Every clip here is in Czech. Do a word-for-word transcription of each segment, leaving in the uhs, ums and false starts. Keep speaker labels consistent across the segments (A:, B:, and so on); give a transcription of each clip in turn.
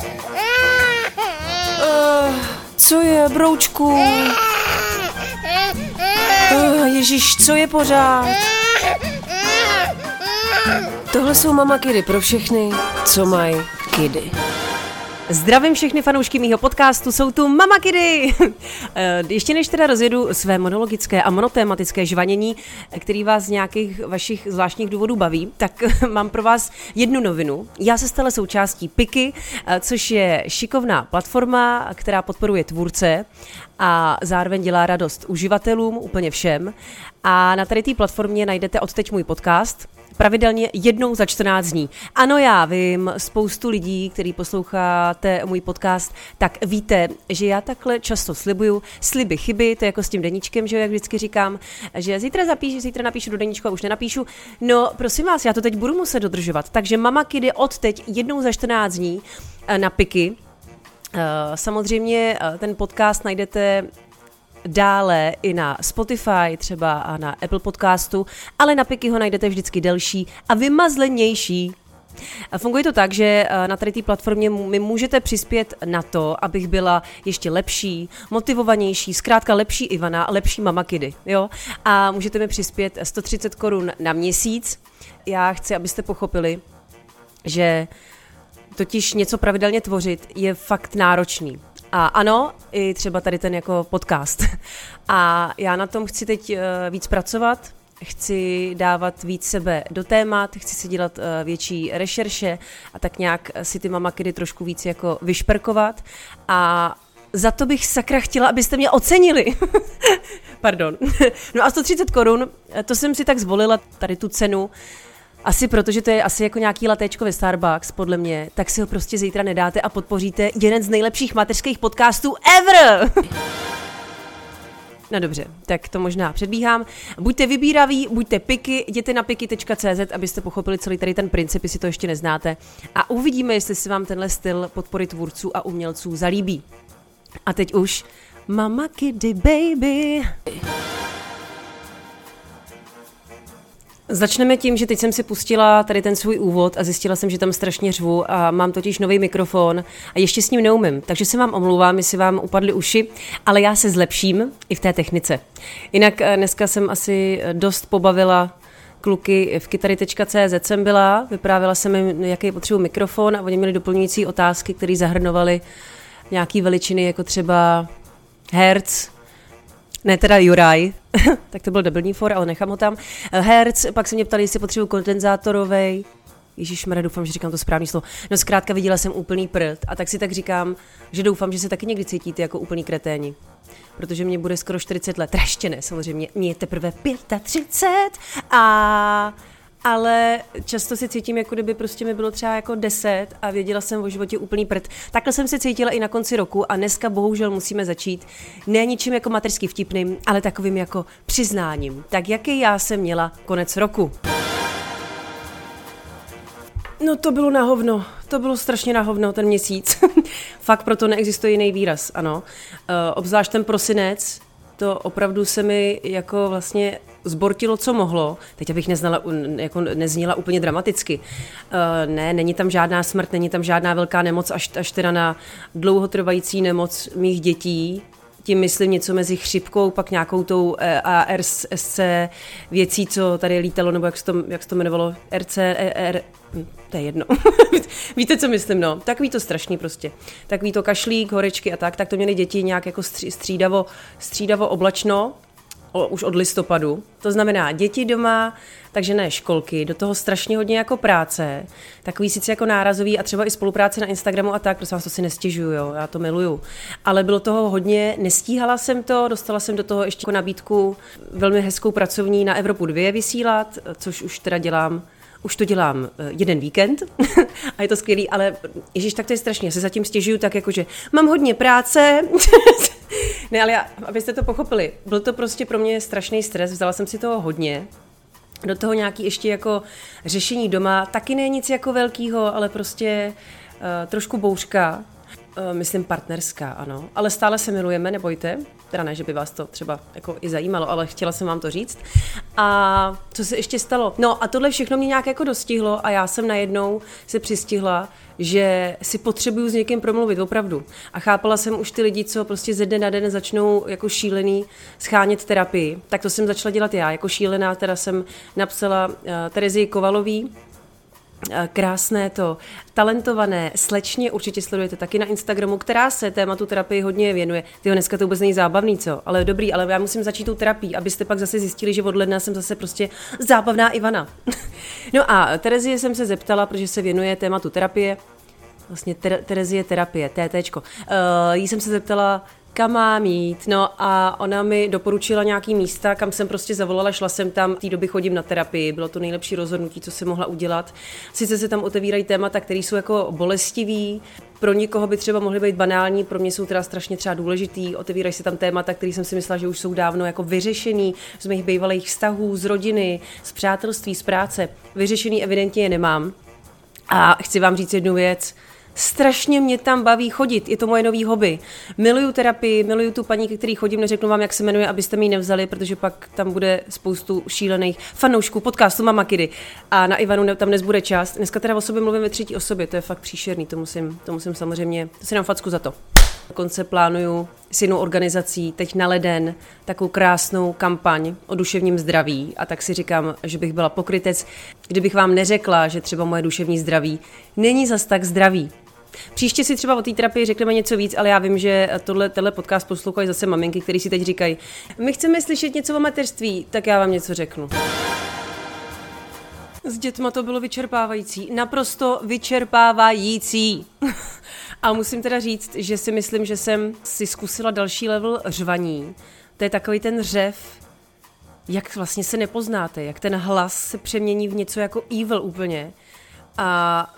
A: Uh, co je, broučku? Uh, Ježíš, co je pořád? Tohle jsou Mama Kidy pro všechny, co mají kidy.
B: Zdravím všechny fanoušky mýho podcastu, jsou tu Mama Kidy! Ještě než teda rozjedu své monologické a monotématické žvanění, který vás z nějakých vašich zvláštních důvodů baví, tak mám pro vás jednu novinu. Já se stala součástí Piky, což je šikovná platforma, která podporuje tvůrce a zároveň dělá radost uživatelům, úplně všem. A na tady té platformě najdete odteď můj podcast, pravidelně jednou za čtrnáct dní. Ano, já vím, spoustu lidí, který posloucháte můj podcast, tak víte, že já takhle často slibuju sliby chyby, to je jako s tím deníčkem, že jak vždycky říkám, že zítra zapíšu, zítra napíšu do deníčku a už nenapíšu. No, prosím vás, já to teď budu muset dodržovat. Takže Mama Kidy odteď jednou za čtrnáct dní na Piky. Samozřejmě ten podcast najdete dále i na Spotify třeba a na Apple podcastu, ale na Piky ho najdete vždycky delší a vymazlenější. Funguje to tak, že na tady té platformě mi můžete přispět na to, abych byla ještě lepší, motivovanější, zkrátka lepší Ivana, lepší Mama Kidy, jo? A můžete mi přispět sto třicet korun na měsíc. Já chci, abyste pochopili, že totiž něco pravidelně tvořit je fakt náročný. A ano, i třeba tady ten jako podcast. A já na tom chci teď víc pracovat, chci dávat víc sebe do témat, chci si dělat větší rešerše a tak nějak si ty Mama Kidy trošku víc jako vyšperkovat. A za to bych sakra chtěla, abyste mě ocenili. Pardon. No a sto třicet korun, to jsem si tak zvolila, tady tu cenu, asi protože to je asi jako nějaký latéčko ve Starbucks, podle mě, tak si ho prostě zítra nedáte a podpoříte jeden z nejlepších mateřských podcastů ever! No dobře, tak to možná předbíhám. Buďte vybíraví, buďte piky, jděte na piky tečka cé zet, abyste pochopili celý tady ten princip, jestli to ještě neznáte. A uvidíme, jestli se vám tenhle styl podpory tvůrců a umělců zalíbí. A teď už Mama Kidy baby! Začneme tím, že teď jsem si pustila tady ten svůj úvod a zjistila jsem, že tam strašně řvu a mám totiž nový mikrofon a ještě s ním neumím, takže se vám omlouvám, jestli vám upadly uši, ale já se zlepším i v té technice. Jinak dneska jsem asi dost pobavila kluky v kytary tečka cé zet jsem byla, vyprávěla jsem jim, jaký potřebuji mikrofon a oni měli doplňující otázky, které zahrnovaly nějaký veličiny, jako třeba herc, ne teda Juraj, tak to byl debilní for, ale nechám ho tam. Herc, pak se mě ptali, jestli potřebuji kondenzátorovej. Ježišmarja, doufám, že říkám to správný slovo. No zkrátka viděla jsem úplný prd a tak si tak říkám, že doufám, že se taky někdy cítíte jako úplný kreténi. Protože mě bude skoro čtyřicet let, ještě ne, samozřejmě, mě je teprve třicet pět a... ale často si cítím, jako kdyby prostě mi bylo třeba jako deset a věděla jsem o životě úplný prd. Takhle jsem se cítila i na konci roku a dneska bohužel musíme začít ne ničím jako mateřsky vtipným, ale takovým jako přiznáním. Tak jaký já jsem měla konec roku? No to bylo na hovno, to bylo strašně na hovno ten měsíc. Fakt proto neexistuje jiný výraz, ano. E, obzvlášť ten prosinec, to opravdu se mi jako vlastně zbortilo, co mohlo. Teď abych neznala, jako nezněla úplně dramaticky. Uh, ne, není tam žádná smrt, není tam žádná velká nemoc, až, až teda na dlouhotrvající nemoc mých dětí. Tím myslím něco mezi chřipkou, pak nějakou tou A R S C věcí, co tady lítalo, nebo jak se to, jak se to jmenovalo, R C, R, to je jedno. Víte, co myslím, no. Takový to strašný prostě. Takový to kašlík, horečky a tak, tak to měly děti nějak jako střídavo, střídavo oblačno, o, už od listopadu. To znamená děti doma, takže ne školky, do toho strašně hodně jako práce, takový sice jako nárazový a třeba i spolupráce na Instagramu a tak, prosím vás, to si nestěžuju, jo, já to miluju. Ale bylo toho hodně, nestíhala jsem to, dostala jsem do toho ještě jako nabídku velmi hezkou pracovní na Evropu dva vysílat, což už teda dělám, už to dělám jeden víkend a je to skvělý, ale ježiš, tak to je strašně, já se zatím stěžuju tak jako, že mám hodně práce. Ne, ale já, abyste to pochopili, byl to prostě pro mě strašný stres, vzala jsem si toho hodně, do toho nějaký ještě jako řešení doma, taky ne nic jako velkýho, ale prostě uh, trošku bouřka, uh, myslím partnerská, ano, ale stále se milujeme, nebojte, teda ne, že by vás to třeba jako i zajímalo, ale chtěla jsem vám to říct. A co se ještě stalo? No a tohle všechno mě nějak jako dostihlo a já jsem najednou se přistihla, že si potřebuju s někým promluvit, opravdu. A chápala jsem už ty lidi, co prostě ze dne na den začnou jako šílený schánět terapii. Tak to jsem začala dělat já. Jako šílená teda jsem napsala uh, Terezii Kovalový, krásné to, talentované slečně, určitě sledujete taky na Instagramu, která se tématu terapii hodně věnuje. Tyjo, dneska to vůbec není zábavný, co? Ale dobrý, ale já musím začít tou terapií, abyste pak zase zjistili, že od ledna jsem zase prostě zábavná Ivana. No a Terezie jsem se zeptala, protože se věnuje tématu terapie, vlastně ter- Terezie terapie, tétéčko. Uh, jí jsem se zeptala, kam mám jít, no a ona mi doporučila nějaký místa, kam jsem prostě zavolala, šla jsem tam, v té doby chodím na terapii, bylo to nejlepší rozhodnutí, co jsem mohla udělat. Sice se tam otevírají témata, které jsou jako bolestivý, pro někoho by třeba mohly být banální, pro mě jsou teda strašně třeba důležitý, otevírají se tam témata, které jsem si myslela, že už jsou dávno jako vyřešený, z mých bývalých vztahů, z rodiny, z přátelství, z práce. Vyřešený evidentně je nemám. A chci vám říct jednu věc, strašně mě tam baví chodit, je to moje nový hobby. Miluju terapii, miluju tu paní, ke který chodím, neřeknu vám, jak se jmenuje, abyste mi ji nevzali, protože pak tam bude spoustu šílených fanoušků podcastu Mama Kidy a na Ivanu tam dnes bude čas. Dneska teda o sobě mluvím ve třetí osobě, to je fakt příšerný, to musím, to musím samozřejmě, to si dám facku za to. Dokonce plánuju s jinou organizací teď na leden takovou krásnou kampaň o duševním zdraví a tak si říkám, že bych byla pokrytec, kdybych vám neřekla, že třeba moje duševní zdraví není zas tak zdravý. Příště si třeba o té terapii řekneme něco víc, ale já vím, že tohle, tenhle podcast poslouchají zase maminky, který si teď říkají, my chceme slyšet něco o mateřství, tak já vám něco řeknu. S dětma to bylo vyčerpávající, naprosto vyčerpávající. A musím teda říct, že si myslím, že jsem si zkusila další level řvaní. To je takový ten řev, jak vlastně se nepoznáte, jak ten hlas se přemění v něco jako evil úplně. A,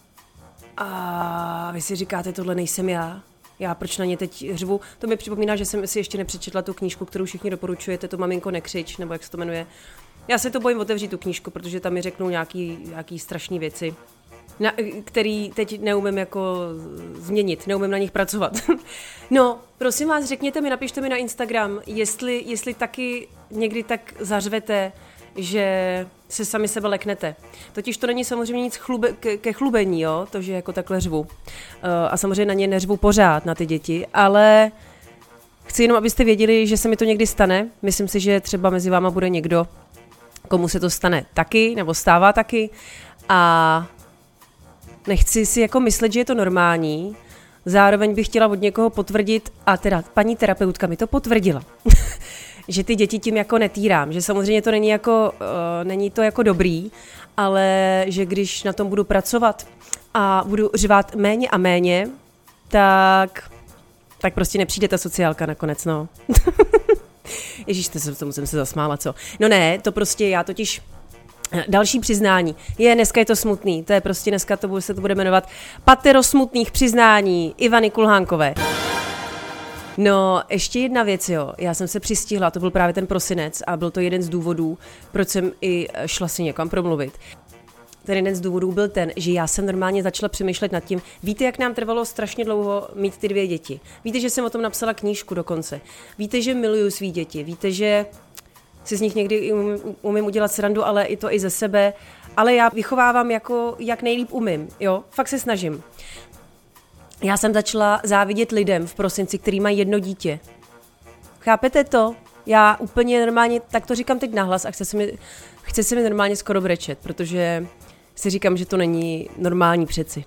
B: a vy si říkáte, tohle nejsem já. Já proč na ně teď řvu? To mi připomíná, že jsem si ještě nepřečetla tu knížku, kterou všichni doporučujete, to Maminko nekřič, nebo jak se to jmenuje. Já se to bojím otevřít tu knížku, protože tam mi řeknou nějaký, nějaký strašný věci, na, který teď neumím jako změnit, neumím na nich pracovat. No, prosím vás, řekněte mi, napište mi na Instagram, jestli, jestli taky někdy tak zařvete, že se sami sebe leknete. Totiž to není samozřejmě nic chlube, ke, ke chlubení, jo, to, že jako takhle řvu. Uh, a samozřejmě na ně neřvu pořád, na ty děti, ale chci jenom, abyste věděli, že se mi to někdy stane. Myslím si, že třeba mezi váma bude někdo, komu se to stane taky, nebo stává taky. A nechci si jako myslet, že je to normální. Zároveň bych chtěla od někoho potvrdit, a teda paní terapeutka mi to potvrdila, že ty děti tím jako netýrám, že samozřejmě to není jako, uh, není to jako dobrý, ale že když na tom budu pracovat a budu řvát méně a méně, tak, tak prostě nepřijde ta sociálka nakonec, no. Ježíš, tomu jsem se zasmála, co? No ne, to prostě já totiž... Další přiznání. Je, dneska je to smutný. To je prostě dneska to bude, se to bude jmenovat Patero smutných přiznání Ivany Kulhánkové. No, ještě jedna věc, jo. Já jsem se přistihla, to byl právě ten prosinec a byl to jeden z důvodů, proč jsem i šla si někam promluvit. Ten jeden z důvodů byl ten, že já jsem normálně začala přemýšlet nad tím, víte, jak nám trvalo strašně dlouho mít ty dvě děti. Víte, že jsem o tom napsala knížku dokonce. Víte, že miluju svý děti. Víte, že si z nich někdy umím, umím udělat srandu, ale i to i ze sebe. Ale já vychovávám jako, jak nejlíp umím, jo, fakt se snažím. Já jsem začala závidět lidem v prosinci, který mají jedno dítě. Chápete to? Já úplně normálně, tak to říkám teď nahlas a chce se mi, chce se mi normálně skoro brečet, protože si říkám, že to není normální přeci.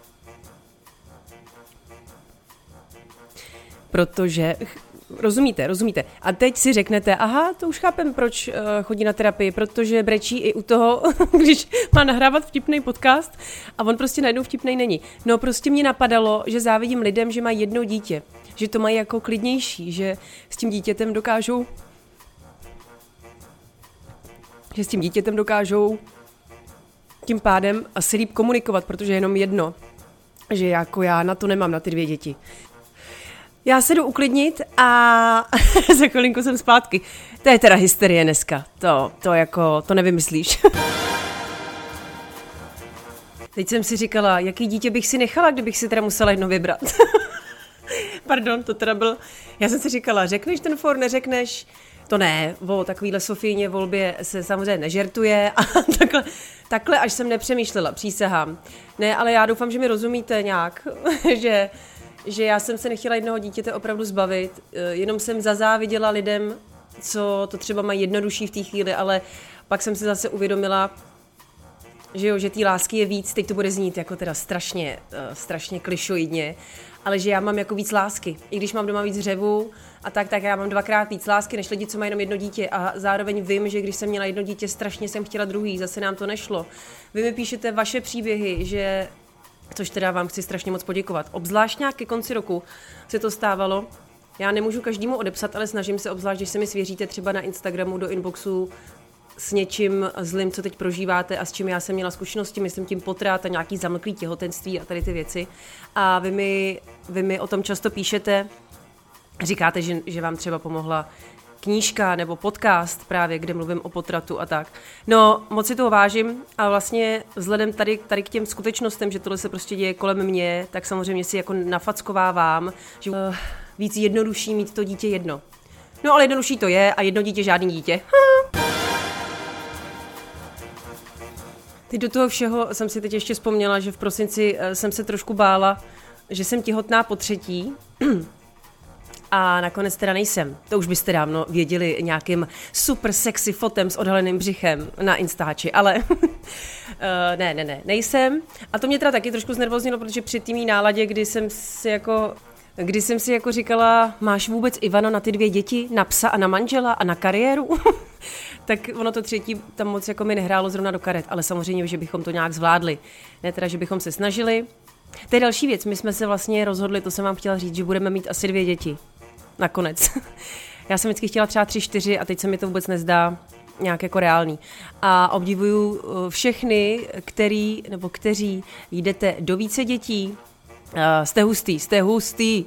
B: Protože... Rozumíte, rozumíte. A teď si řeknete, aha, to už chápem, proč uh, chodí na terapii, protože brečí i u toho, když má nahrávat vtipný podcast a on prostě najednou vtipnej není. No prostě mě napadalo, že závidím lidem, že mají jedno dítě, že to mají jako klidnější, že s tím dítětem dokážou že s tím dítětem dokážou tím pádem asi líp komunikovat, protože je jenom jedno, že jako já na to nemám, na ty dvě děti. Já se jdu uklidnit a za chvilinku jsem zpátky. To je teda hysterie dneska. To, to jako, to nevymyslíš. Teď jsem si říkala, jaký dítě bych si nechala, kdybych si teda musela jedno vybrat. Pardon, to teda byl... Já jsem si říkala, řekneš ten for, neřekneš, To ne, o takovýhle Sofijně volbě se samozřejmě nežertuje a takhle, takhle až jsem nepřemýšlela, přísahám. Ne, ale já doufám, že mi rozumíte nějak, že, že já jsem se nechtěla jednoho dítěte opravdu zbavit, jenom jsem zazáviděla lidem, co to třeba mají jednodušší v té chvíli, ale pak jsem si zase uvědomila, že jo, že té lásky je víc, teď to bude znít jako teda strašně, uh, strašně klišoidně, ale že já mám jako víc lásky. I když mám doma víc řevu a tak, tak já mám dvakrát víc lásky, než lidi, co mají jenom jedno dítě. A zároveň vím, že když jsem měla jedno dítě, strašně jsem chtěla druhý, zase nám to nešlo. Vy mi píšete vaše příběhy, že, což teda vám chci strašně moc poděkovat. Obzvlášť nějak ke konci roku se to stávalo. Já nemůžu každému odepsat, ale snažím se, obzvlášť, když se mi svěříte třeba na Instagramu do inboxu s něčím zlým, co teď prožíváte a s čím já jsem měla zkušenosti, myslím tím potrat a nějaký zamlklý těhotenství a tady ty věci. A vy mi, vy mi o tom často píšete, říkáte, že, že vám třeba pomohla knížka nebo podcast právě, kde mluvím o potratu a tak. No, moc si toho vážím a vlastně vzhledem tady, tady k těm skutečnostem, že tohle se prostě děje kolem mě, tak samozřejmě si jako nafackovávám, že uh, víc jednodušší mít to dítě jedno. No, ale jednodušší to je a jedno dítě žádný dítě. Teď do toho všeho jsem si teď ještě vzpomněla, že v prosinci jsem se trošku bála, že jsem těhotná po třetí a nakonec teda nejsem. To už byste dávno věděli nějakým super sexy fotem s odhaleným břichem na Instači, ale uh, ne, ne, ne, nejsem. A to mě teda taky trošku znervoznilo, protože při té mý náladě, kdy jsem si jako... Když jsem si jako říkala, máš vůbec, Ivano, na ty dvě děti, na psa a na manžela a na kariéru? Tak ono to třetí tam moc jako mi nehrálo zrovna do karet, ale samozřejmě, že bychom to nějak zvládli. Ne teda, že bychom se snažili. To je další věc, my jsme se vlastně rozhodli, to jsem vám chtěla říct, že budeme mít asi dvě děti. Nakonec. Já jsem vždycky chtěla třeba tři, čtyři a teď se mi to vůbec nezdá nějak jako reálný. A obdivuju všechny, který, nebo kteří jdete do více dětí. Uh, jste hustý, jste hustý.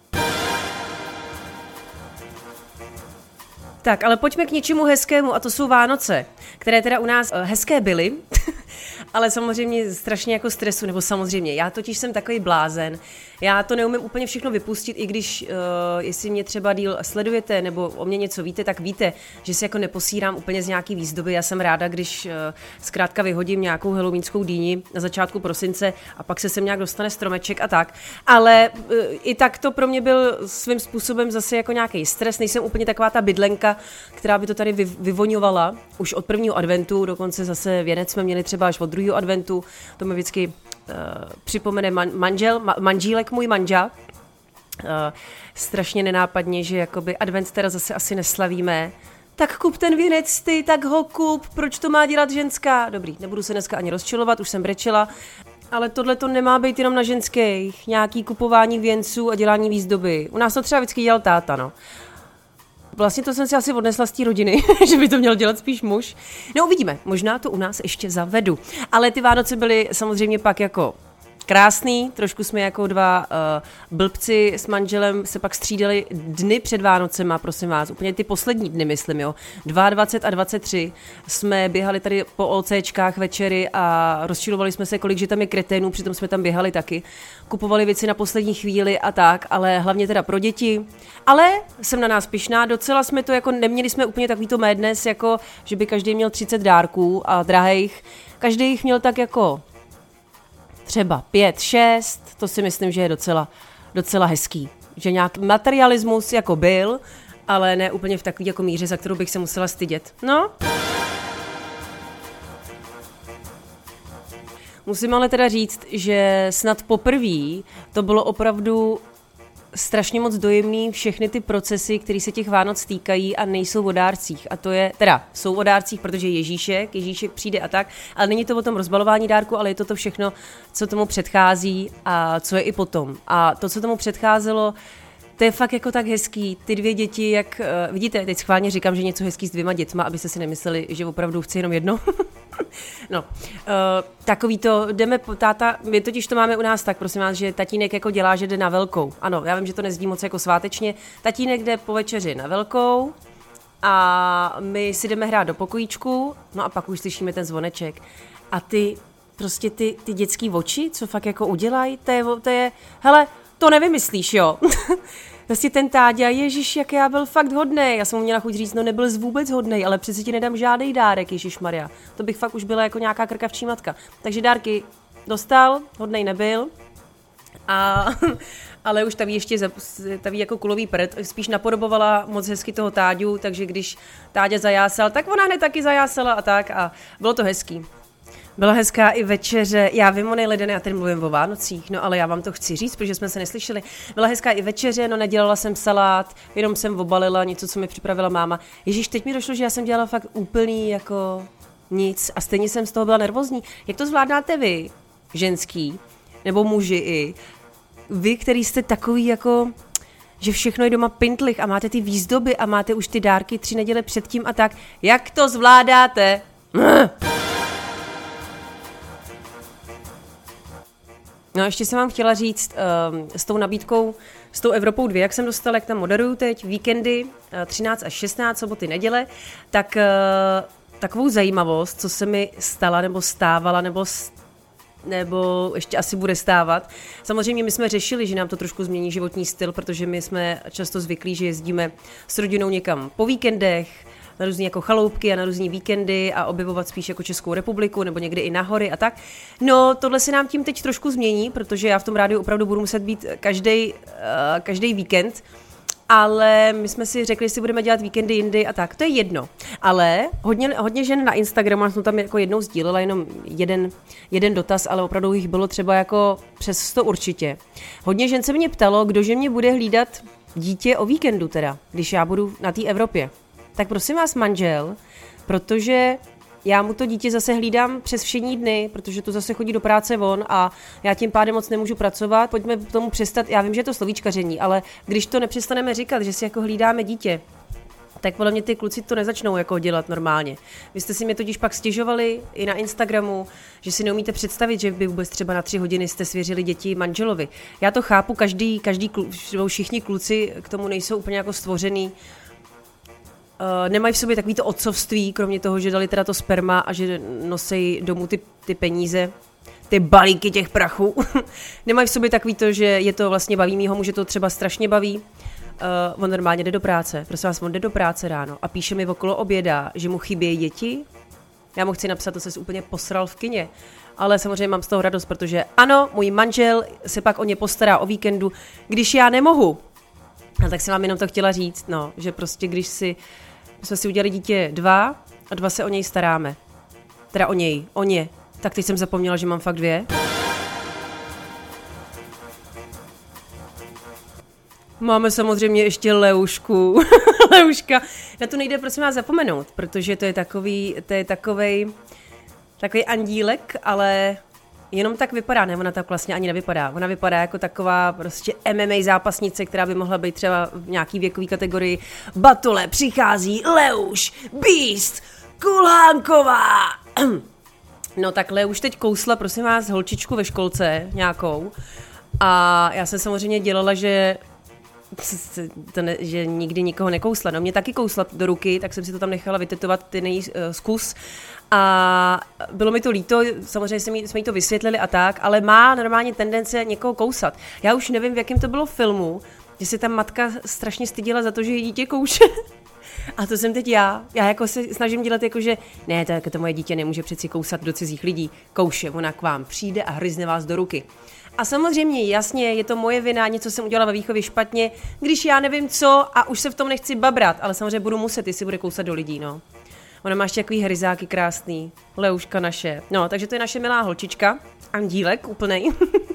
B: Tak, ale pojďme k něčemu hezkému a to jsou Vánoce, které teda u nás uh, hezké byly, ale samozřejmě strašně jako stresu, nebo samozřejmě, já totiž jsem takový blázen, já to neumím úplně všechno vypustit, i když, uh, jestli mě třeba díl sledujete, nebo o mě něco víte, tak víte, že si jako neposírám úplně z nějaký výzdoby, já jsem ráda, když uh, zkrátka vyhodím nějakou halloweenskou dýni na začátku prosince a pak se sem nějak dostane stromeček a tak, ale uh, i tak to pro mě byl svým způsobem zase jako nějaký stres, nejsem úplně taková ta bydlenka, která by to tady vy, vyvoňovala už od prvního adventu, dokonce zase věnec jsme měli třeba až od druhého adventu, to mi vždycky uh, připomene man, manžel, ma, manžílek můj manža, uh, strašně nenápadně, že jakoby advent teda zase asi neslavíme, tak kup ten věnec ty, tak ho kup, proč to má dělat ženská? Dobrý, nebudu se dneska ani rozčilovat, už jsem brečela, ale tohle to nemá být jenom na ženských, nějaký kupování věnců a dělání výzdoby. U nás to třeba vždycky dělal táta, no. Vlastně to jsem si asi odnesla z té rodiny, že by to měl dělat spíš muž. No uvidíme, možná to u nás ještě zavedu. Ale ty Vánoce byly samozřejmě pak jako krásný, trošku jsme jako dva uh, blbci s manželem se pak střídali dny před Vánocema, prosím vás, úplně ty poslední dny, myslím, jo. dvacet dva a dvacet tři jsme běhali tady po OCčkách večery a rozčilovali jsme se, kolik že tam je kreténů, přitom jsme tam běhali taky. Kupovali věci na poslední chvíli a tak, ale hlavně teda pro děti. Ale jsem na nás pyšná, docela jsme to jako, neměli jsme úplně takový to madness, jako že by každý měl třicet dárků a drahých. Každý jich měl tak jako třeba pět, šest, to si myslím, že je docela, docela hezký. Že nějaký materialismus jako byl, ale ne úplně v takový jako míře, za kterou bych se musela stydět. No. Musím ale teda říct, že snad poprvé to bylo opravdu strašně moc dojemný všechny ty procesy, které se těch Vánoc týkají a nejsou o dárcích. A to je, teda jsou o dárcích, protože Ježíšek, Ježíšek přijde a tak, ale není to o tom rozbalování dárku, ale je to to všechno, co tomu předchází a co je i potom. A to, co tomu předcházelo, to je fakt jako tak hezký. Ty dvě děti, jak uh, vidíte, teď schválně říkám, že něco hezký s dvěma dětma, abyste si nemysleli, že opravdu chci jenom jedno. No, uh, takový to, jdeme po táta, my totiž to máme u nás tak, prosím vás, že tatínek jako dělá, že jde na velkou. Ano, já vím, že to nezdí moc jako svátečně. Tatínek jde po večeři na velkou a my si jdeme hrát do pokojíčku, no a pak už slyšíme ten zvoneček. A ty, prostě ty, ty dětský oči, co fakt jako udělají, to je, to je, hele, to nevymyslíš, jo. Vlastně ten Táďa, ježiš, jak já byl fakt hodnej. Já jsem mu měla chuť říct, no nebyl vůbec hodnej, ale přece ti nedám žádný dárek, ježišmarja. To bych fakt už byla jako nějaká krkavčí matka. Takže dárky dostal, hodnej nebyl. A, ale už ta ví ještě ta ví jako kulový prd, spíš napodobovala moc hezky toho Táďu, takže když Táďa zajásal, tak ona hned taky zajásala a tak a bylo to hezký. Byla hezká i večeře, já vím o nejleden, já tady mluvím o Vánocích, no ale já vám to chci říct, protože jsme se neslyšeli. Byla hezká i večeře, no nedělala jsem salát, jenom jsem obalila něco, co mi připravila máma. Ježíš, teď mi došlo, že já jsem dělala fakt úplný jako nic a stejně jsem z toho byla nervózní. Jak to zvládáte vy, ženský, nebo muži i, vy, který jste takový jako, že všechno je doma pintlich a máte ty výzdoby a máte už ty dárky tři neděle předtím a tak, jak to zvládáte? No a ještě jsem vám chtěla říct uh, s tou nabídkou, s tou Evropou dvě, jak jsem dostala, jak tam moderuju teď, víkendy uh, třináct až šestnáct, soboty, neděle, tak uh, takovou zajímavost, co se mi stala nebo stávala, nebo nebo ještě asi bude stávat. Samozřejmě my jsme řešili, že nám to trošku změní životní styl, protože my jsme často zvyklí, že jezdíme s rodinou někam po víkendech, na různý jako chaloupky a na různý víkendy a objevovat spíš jako Českou republiku nebo někdy i na hory a tak. No tohle se nám tím teď trošku změní, protože já v tom rádiu opravdu budu muset být každý uh, každý víkend, ale my jsme si řekli, že budeme dělat víkendy jindy a tak, to je jedno. Ale hodně, hodně žen na Instagramu, jsem tam jako jednou sdílela jenom jeden, jeden dotaz, ale opravdu jich bylo třeba jako přes sto určitě. Hodně žen se mě ptalo, kdože mě bude hlídat dítě o víkendu teda, když já budu na té Evropě. Tak prosím vás manžel, protože já mu to dítě zase hlídám přes všední dny, protože to zase chodí do práce von a já tím pádem moc nemůžu pracovat. Pojďme k tomu přestat, já vím, že je to slovíčkaření, ale když to nepřestaneme říkat, že si jako hlídáme dítě, tak podle mě ty kluci to nezačnou jako dělat normálně. Vy jste si mě totiž pak stěžovali i na Instagramu, že si neumíte představit, že by vůbec třeba na tři hodiny jste svěřili děti manželovi. Já to chápu, každý, každý klu, všichni kluci k tomu nejsou úplně jako stvořený. Uh, nemají v sobě takový to otcovství, kromě toho, že dali teda to sperma a že nosí domů ty, ty peníze, ty balíky těch prachů. Nemají v sobě takový to, že je to vlastně baví mýho muže, to třeba strašně baví. Uh, on normálně jde do práce, prosím vás, on jde do práce ráno a píše mi okolo oběda, že mu chybějí děti. Já mu chci napsat, to se úplně posral v kině. Ale samozřejmě mám z toho radost, protože ano, můj manžel se pak o ně postará o víkendu, když já nemohu. A tak jsem vám jenom to chtěla říct, no, že prostě když si, my jsme si udělali dítě dva a dva se o něj staráme. Teda o něj, o ně. Tak teď jsem zapomněla, že mám fakt dvě. Máme samozřejmě ještě Leušku. Leuška. Na to nejde prosím vás zapomenout, protože to je takový, to je takovej, takový andílek, ale jenom tak vypadá, ne, ona tak vlastně ani nevypadá. Ona vypadá jako taková prostě M M A zápasnice, která by mohla být třeba v nějaký věkový kategorii. Batole, přichází Leuš, Beast, Kulhánková. No tak Leuš teď kousla, prosím vás, holčičku ve školce nějakou. A já jsem samozřejmě dělala, že to ne, že nikdy nikoho nekousla. No mě taky kousla do ruky, tak jsem si to tam nechala vytetovat, ten její uh, zkus. A bylo mi to líto, samozřejmě jsme jí, jsme jí to vysvětlili a tak, ale má normálně tendence někoho kousat. Já už nevím, v jakém to bylo filmu, že se ta matka strašně stydila za to, že její dítě kouše. A to jsem teď já. Já jako se snažím dělat jako, že ne, to, jako to moje dítě nemůže přeci kousat do cizích lidí. Kouše, ona k vám přijde a hryzne vás do ruky. A samozřejmě, jasně, je to moje vina, něco jsem udělala ve výchově špatně, když já nevím co a už se v tom nechci babrat, ale samozřejmě budu muset, jestli bude kousat do lidí, no. Ona má ještě takový hryzáky krásný, Leuška naše. No, takže to je naše milá holčička, andílek úplnej.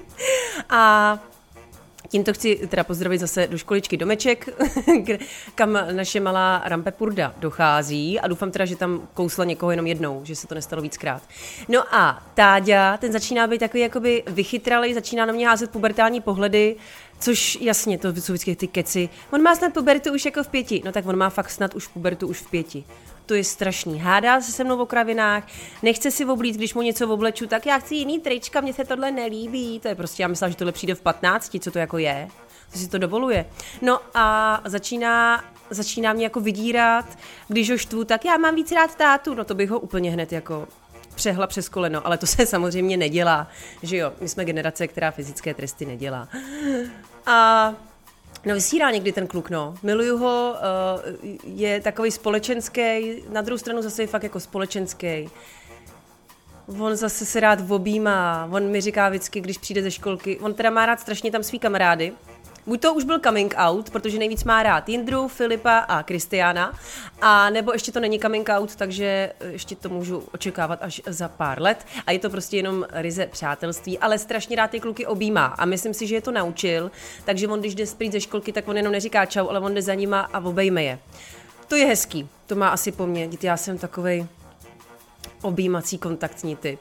B: A tímto chci teda pozdravit zase do školičky Domeček, kam naše malá Rampepurda dochází a doufám teda, že tam kousla někoho jenom jednou, že se to nestalo víckrát. No a Táďa, ten začíná být takový jakoby vychytralej, začíná na mě házet pubertální pohledy, což jasně, to jsou vždycky ty keci. On má snad pubertu už jako v pěti, no tak on má fakt snad už pubertu už v pěti. To je strašný. Hádá se se mnou o kravinách, nechce si oblít, když mu něco obleču, tak já chci jiný trička, mně se tohle nelíbí. To je prostě, já myslela, že tohle přijde v patnácti, co to jako je, co si to dovoluje. No a začíná, začíná mě jako vydírat, když ho štvu, tak já mám víc rád tátu, no to bych ho úplně hned jako přehla přes koleno, ale to se samozřejmě nedělá, že jo, my jsme generace, která fyzické tresty nedělá. A No vysírá někdy ten kluk, no. Miluju ho, uh, je takový společenský, na druhou stranu zase je fakt jako společenský. On zase se rád objímá, on mi říká vždycky, když přijde ze školky, on teda má rád strašně tam svý kamarády. Buď to už byl coming out, protože nejvíc má rád Jindru, Filipa a Kristiána, a nebo ještě to není coming out, takže ještě to můžu očekávat až za pár let a je to prostě jenom ryze přátelství, ale strašně rád ty kluky objímá a myslím si, že je to naučil, takže on když jde sprít ze školky, tak on jenom neříká čau, ale on jde za nima a obejme je. To je hezký, to má asi po mně, já jsem takovej objímací kontaktní typ.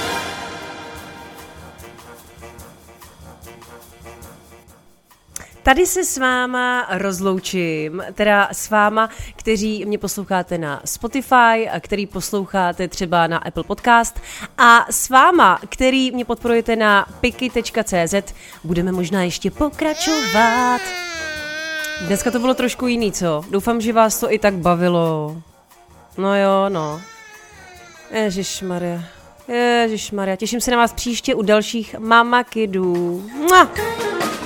B: Tady se s váma rozloučím, teda s váma, kteří mě posloucháte na Spotify, který posloucháte třeba na Apple Podcast, a s váma, který mě podporujete na piky tečka cé zet, budeme možná ještě pokračovat. Dneska to bylo trošku jiný, co? Doufám, že vás to i tak bavilo. No jo, no. Ježišmarja. Ježišmarja. Těším se na vás příště u dalších Mama Kidů. Mua!